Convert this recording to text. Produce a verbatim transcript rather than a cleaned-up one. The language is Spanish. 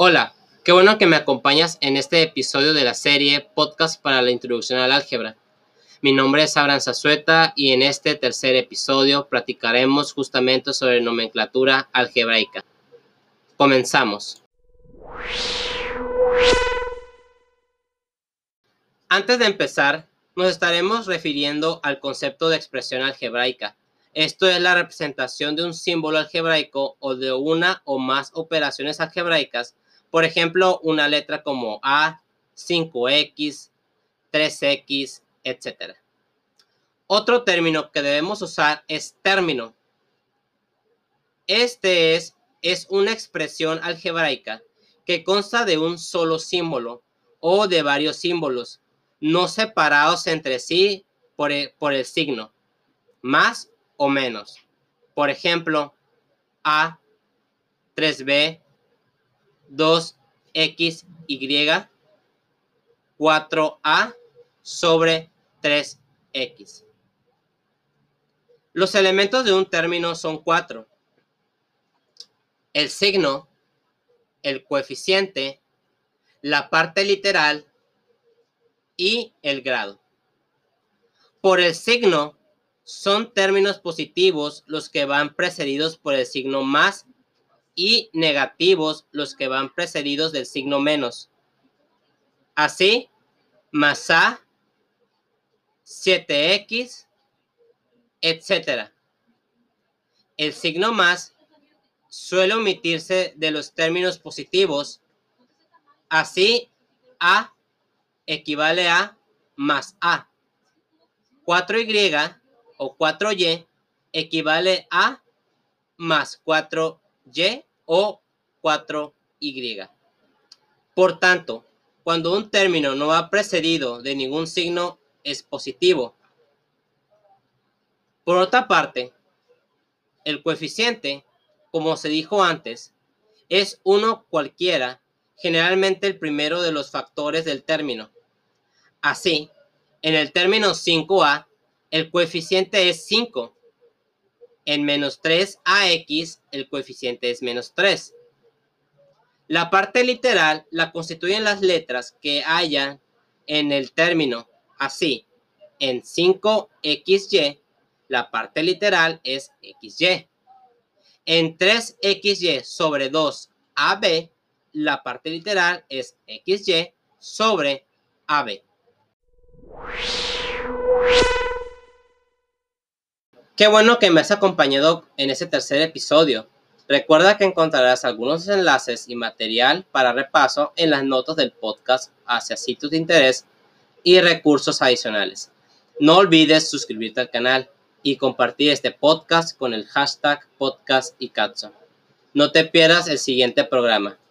Hola, qué bueno que me acompañas en este episodio de la serie Podcast para la Introducción al Álgebra. Mi nombre es Abraham Zazueta y en este tercer episodio platicaremos justamente sobre nomenclatura algebraica. Comenzamos. Antes de empezar, nos estaremos refiriendo al concepto de expresión algebraica. Esto es la representación de un símbolo algebraico o de una o más operaciones algebraicas. Por ejemplo, una letra como A, cinco equis, tres equis, etcétera. Otro término que debemos usar es término. Este es, es una expresión algebraica que consta de un solo símbolo o de varios símbolos, no separados entre sí por el, por el signo, más o menos. Por ejemplo, A, tres be, dos equis y, cuatro a sobre tres equis. Los elementos de un término son cuatro: el signo, el coeficiente, la parte literal y el grado. Por el signo, son términos positivos los que van precedidos por el signo más y negativos los que van precedidos del signo menos. Así, más A, siete equis, etcétera. El signo más suele omitirse de los términos positivos. Así, A equivale a más A. cuatro y o cuatro y equivale a más cuatro y o cuatro y. Por tanto, cuando un término no va precedido de ningún signo, es positivo. Por otra parte, el coeficiente, como se dijo antes, es uno cualquiera, generalmente el primero de los factores del término. Así, en el término cinco a, el coeficiente es cinco. En menos tres a equis, el coeficiente es menos tres. La parte literal la constituyen las letras que hayan en el término. Así, en cinco equis y, la parte literal es equis y. En tres equis y sobre dos a be, la parte literal es equis y sobre a be. Qué bueno que me has acompañado en este tercer episodio. Recuerda que encontrarás algunos enlaces y material para repaso en las notas del podcast hacia sitios de interés y recursos adicionales. No olvides suscribirte al canal y compartir este podcast con el hashtag podcast y Katso. No te pierdas el siguiente programa.